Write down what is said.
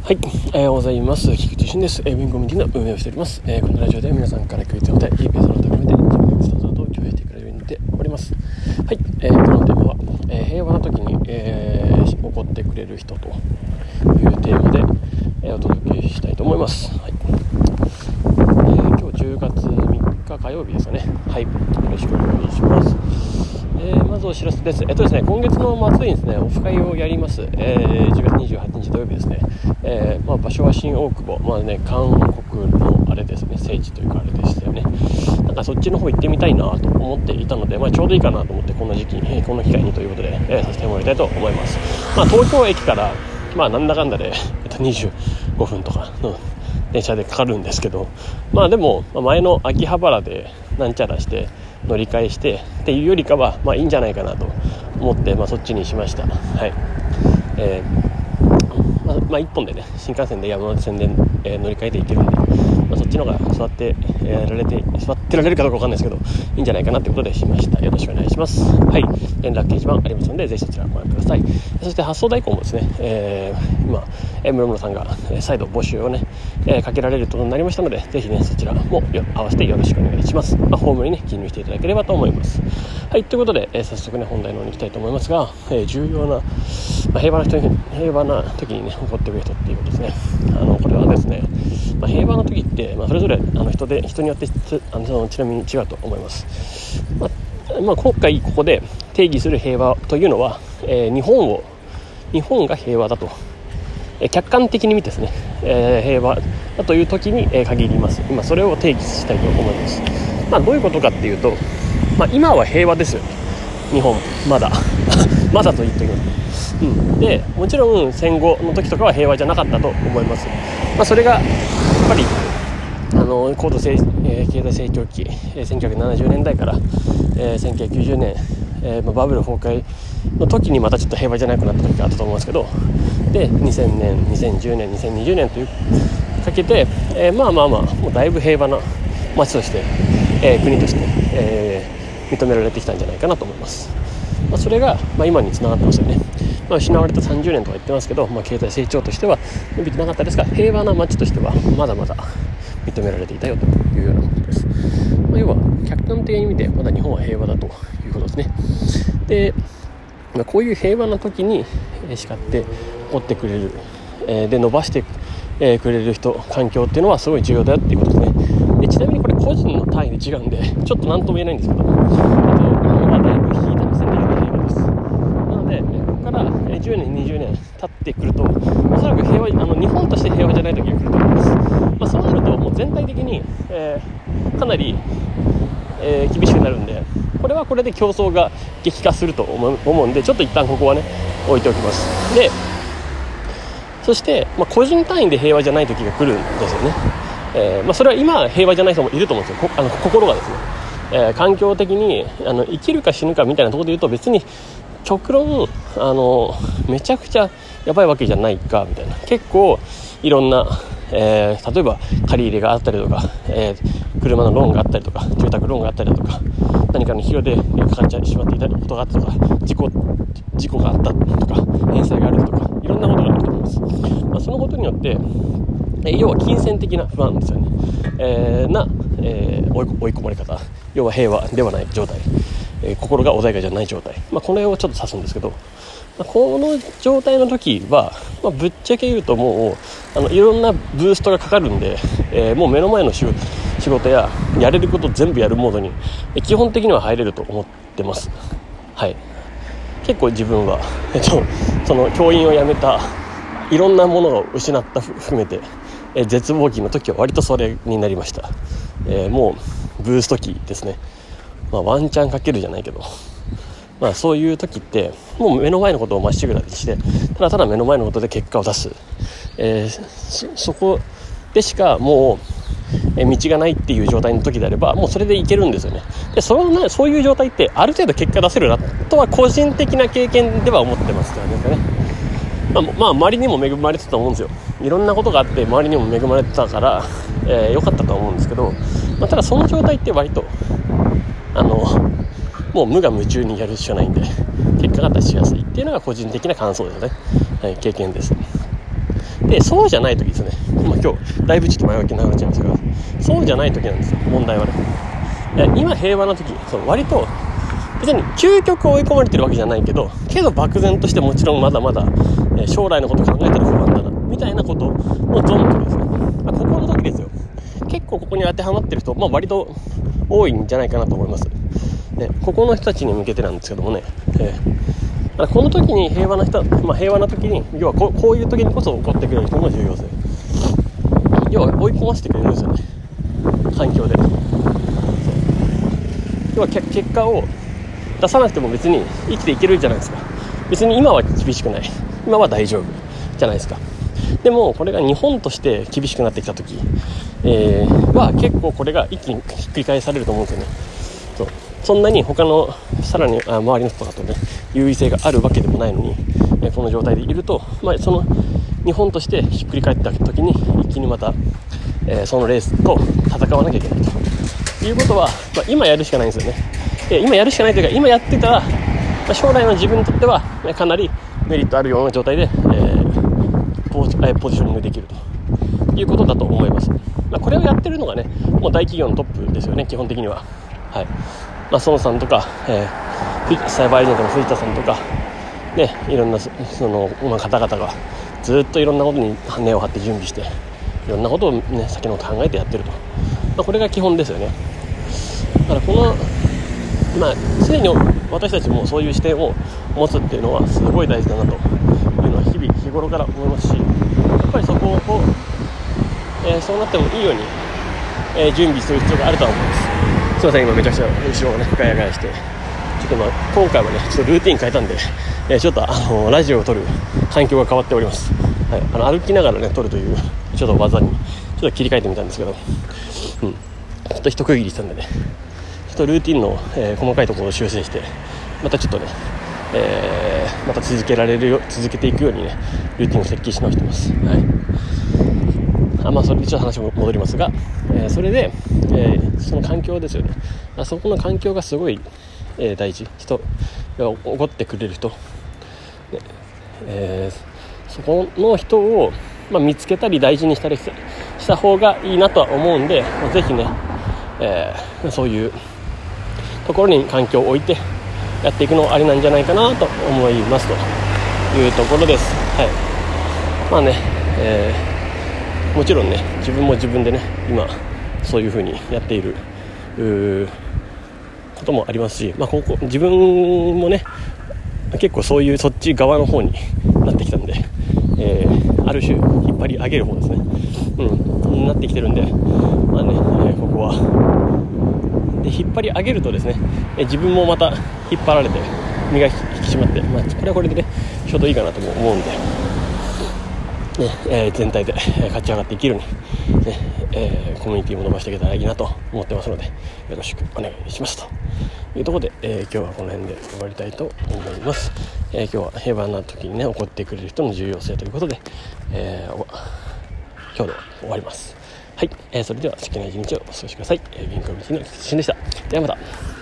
はい、おはようございます。菊池俊です。ウィンコミュニティの運営をしております。このラジオで皆さんからクイズを答え、いいペースの高めて自分のスタンダードを共有してくれるようになっております。はい、今日のテーマは、平和な時に、起こってくれる人というテーマで、お届けしたいと思います。はい、今日10月3日火曜日ですかね。はい、よろしくお願いします。まずお知らせです。ですね、今月の末にですね、オフ会をやります。10月28日土曜日ですね。場所は新大久保。韓国のあれですね、聖地というかあれでしたよね。なんかそっちの方行ってみたいなと思っていたので、ちょうどいいかなと思ってこの時期に、この機会にということで、させてもらいたいと思います。東京駅から、なんだかんだで、25分とかの電車でかかるんですけど、でも、前の秋葉原でなんちゃらして乗り換えしてっていうよりかは、いいんじゃないかなと思って、そっちにしました。はい。一本でね、新幹線で山手線で、乗り換えていけるんで、そっちの方が座ってられるかどうかわかんないですけど、いいんじゃないかなということでしました。よろしくお願いします。はい、連絡掲示板ありますので、ぜひそちらをご覧ください。そして発送代行もですね、今室村さんが再度募集をね、かけられることになりましたので、ぜひねそちらも合わせてよろしくお願いします。ホームにね記入していただければと思います。はい、ということで、早速ね本題の方に行きたいと思いますが、重要な、平和な時にね起こってくる人っていうことですね。これはですね、平和な時って、それぞれ人によってちなみに違うと思います。今回ここで定義する平和というのは、日本が平和だと、客観的に見てですね、平和だという時に、限ります。今それを定義したいと思います。どういうことかっていうと、今は平和ですよね、日本まだまだと言っています。でもちろん戦後の時とかは平和じゃなかったと思います。それがやっぱり高度経済成長期、1970年代から、1990年、バブル崩壊の時にまたちょっと平和じゃなくなった時があったと思うんですけど、で2000年2010年2020年というかけて、もうだいぶ平和な街として、国として、認められてきたんじゃないかなと思います。それが、今につながってますよね。失われた30年とか言ってますけど、経済成長としては伸びてなかったですが、平和な街としてはまだまだ認められていたよというようなことです。要は客観的に見てまだ日本は平和だということですね。で、こういう平和な時に叱って追ってくれる、で伸ばしてくれる人、環境っていうのはすごい重要だよっていうことですね。でちなみにこれ個人の単位で違うんでちょっと何とも言えないんですけど、日本はだいぶ引いた目線で言うと平和です。なのでここから10年20年経ってくると、おそらく平和日本として平和じゃない時が来ると思います。そうなるともう全体的に、かなり、厳しくなるんで、これはこれで競争が激化すると思うんで、ちょっと一旦ここはね置いておきます。でそして、個人単位で平和じゃない時が来るんですよね。それは今平和じゃない人もいると思うんですよ。心がですね、環境的に生きるか死ぬかみたいなところで言うと、別に極論めちゃくちゃやばいわけじゃないかみたいな、結構いろんな、例えば借り入れがあったりとか、車のローンがあったりとか、住宅ローンがあったりとか、何かの費用でかかってしまっていたことがあったとか、事故があったとか、返済があるとか、いろんなことがあると思います。そのことによって要は金銭的な不安ですよね、追い込まれ方、要は平和ではない状態、心が穏やかじゃない状態、この辺をちょっと指すんですけど、この状態の時は、ぶっちゃけ言うともういろんなブーストがかかるんで、もう目の前の仕事ややれること全部やるモードに基本的には入れると思ってます。はい、結構自分は、その教員を辞めた、いろんなものを失った含めて、絶望期の時は割とそれになりました。もうブースト期ですね。ワンチャンかけるじゃないけど、そういう時ってもう目の前のことをまっしぐらにして、ただただ目の前のことで結果を出す、そこでしかもう道がないっていう状態の時であれば、もうそれでいけるんですよね。でそういう状態ってある程度結果出せるなとは個人的な経験では思ってますからね。周りにも恵まれてたと思うんですよ。いろんなことがあって周りにも恵まれてたから、良かったと思うんですけど、ただその状態って割ともう無我夢中にやるしかないんで、結果が出しやすいっていうのが個人的な感想ですね。はい、経験です。 で、そうじゃない時ですね。今日だいぶちょっと前置き長くなっちゃいましたが、そうじゃない時なんですよ、問題はね。今平和な時、割と別に究極追い込まれてるわけじゃないけど漠然としてもちろんまだまだ将来のこと考えたら不安だなみたいなことのゾーンの時ですね。ここの時ですよ。結構ここに当てはまってる人、割と多いんじゃないかなと思います。で、ここの人たちに向けてなんですけどもね、この時に平和な人、平和な時に要はこういう時にこそ起こってくれる人の重要性、要は追い込ませてくれるんですよね、環境で。要は結果を出さなくても別に生きていけるじゃないですか。別に今は厳しくない、今は大丈夫じゃないですか。でもこれが日本として厳しくなってきた時、は結構これが一気にひっくり返されると思うんですよね。そんなに他のさらに周りの人とかとね優位性があるわけでもないのに、この状態でいると、その日本としてひっくり返った時に一気にまた、そのレースと戦わなきゃいけないということは、今やるしかないんですよね。今やるしかないというか、今やってたら、将来の自分にとってはかなりメリットあるような状態で、ポジショニングできるということだと思います。これをやってるのがね、もう大企業のトップですよね、基本的には。はい。孫さんとか、サイバーエージェントの藤田さんとか、ね、いろんな方々がずっといろんなことに根を張って準備して、いろんなことをね、先のこと考えてやってると。これが基本ですよね。だからこの常に私たちもそういう視点を持つっていうのはすごい大事だなというのは日頃から思いますし、やっぱりそこを、そうなってもいいように、準備する必要があるとは思います。すいません、今めちゃくちゃ後ろがねガヤガヤして、ちょっと今回はねちょっとルーティン変えたんで、ちょっとラジオを撮る環境が変わっております。はい、歩きながらね撮るというちょっと技にちょっと切り替えてみたんですけど、ちょっと一区切りしたんでね、ちょっとルーティンの、細かいところを修正して、またちょっとね、また続けていくようにねルーティンを設計し直してます。はい。それでちょっと話戻りますが、それで、その環境ですよね。そこの環境がすごい、大事。人が怒ってくれる人、そこの人を、見つけたり大事にした方がいいなとは思うんで、ぜひね、そういうところに環境を置いてやっていくのありなんじゃないかなと思いますというところです。はい。もちろんね、自分も自分でね今そういう風にやっていることもありますし、自分もね結構そういうそっち側の方になってきたんで、ある種引っ張り上げる方ですね、なってきてるんで、ここはで引っ張り上げるとですね、自分もまた引っ張られて身が引き締まって、これはこれでねちょうどいいかなとも思うんで、全体で勝ち上がっていけるように、コミュニティも伸ばしていけたらいいなと思ってますので、よろしくお願いしますというところで、今日はこの辺で終わりたいと思います。今日は平和な時にね怒ってくれる人の重要性ということで、今日で終わります。はい、それでは好きな一日をお過ごしください。銀行道の菊池俊でした。ではまた。